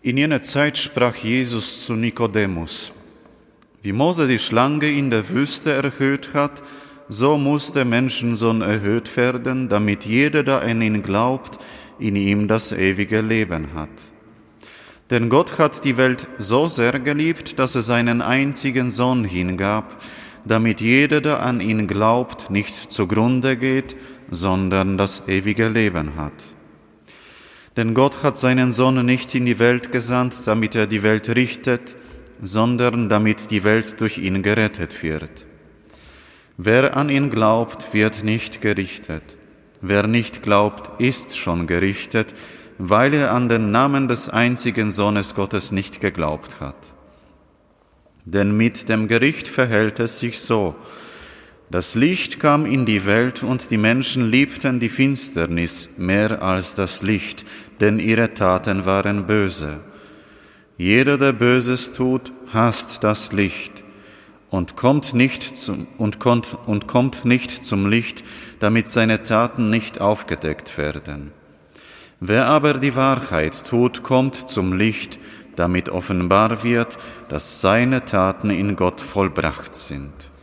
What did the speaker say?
In jener Zeit sprach Jesus zu Nikodemus: Wie Mose die Schlange in der Wüste erhöht hat, so muss der Menschensohn erhöht werden, damit jeder, der an ihn glaubt, in ihm das ewige Leben hat. Denn Gott hat die Welt so sehr geliebt, dass er seinen einzigen Sohn hingab, damit jeder, der an ihn glaubt, nicht zugrunde geht, sondern das ewige Leben hat. Denn Gott hat seinen Sohn nicht in die Welt gesandt, damit er die Welt richtet, sondern damit die Welt durch ihn gerettet wird. Wer an ihn glaubt, wird nicht gerichtet. Wer nicht glaubt, ist schon gerichtet, weil er an den Namen des einzigen Sohnes Gottes nicht geglaubt hat. Denn mit dem Gericht verhält es sich so: Das Licht kam in die Welt und die Menschen liebten die Finsternis mehr als das Licht, denn ihre Taten waren böse. Jeder, der Böses tut, hasst das Licht und kommt nicht zum Licht, damit seine Taten nicht aufgedeckt werden. Wer aber die Wahrheit tut, kommt zum Licht, damit offenbar wird, dass seine Taten in Gott vollbracht sind.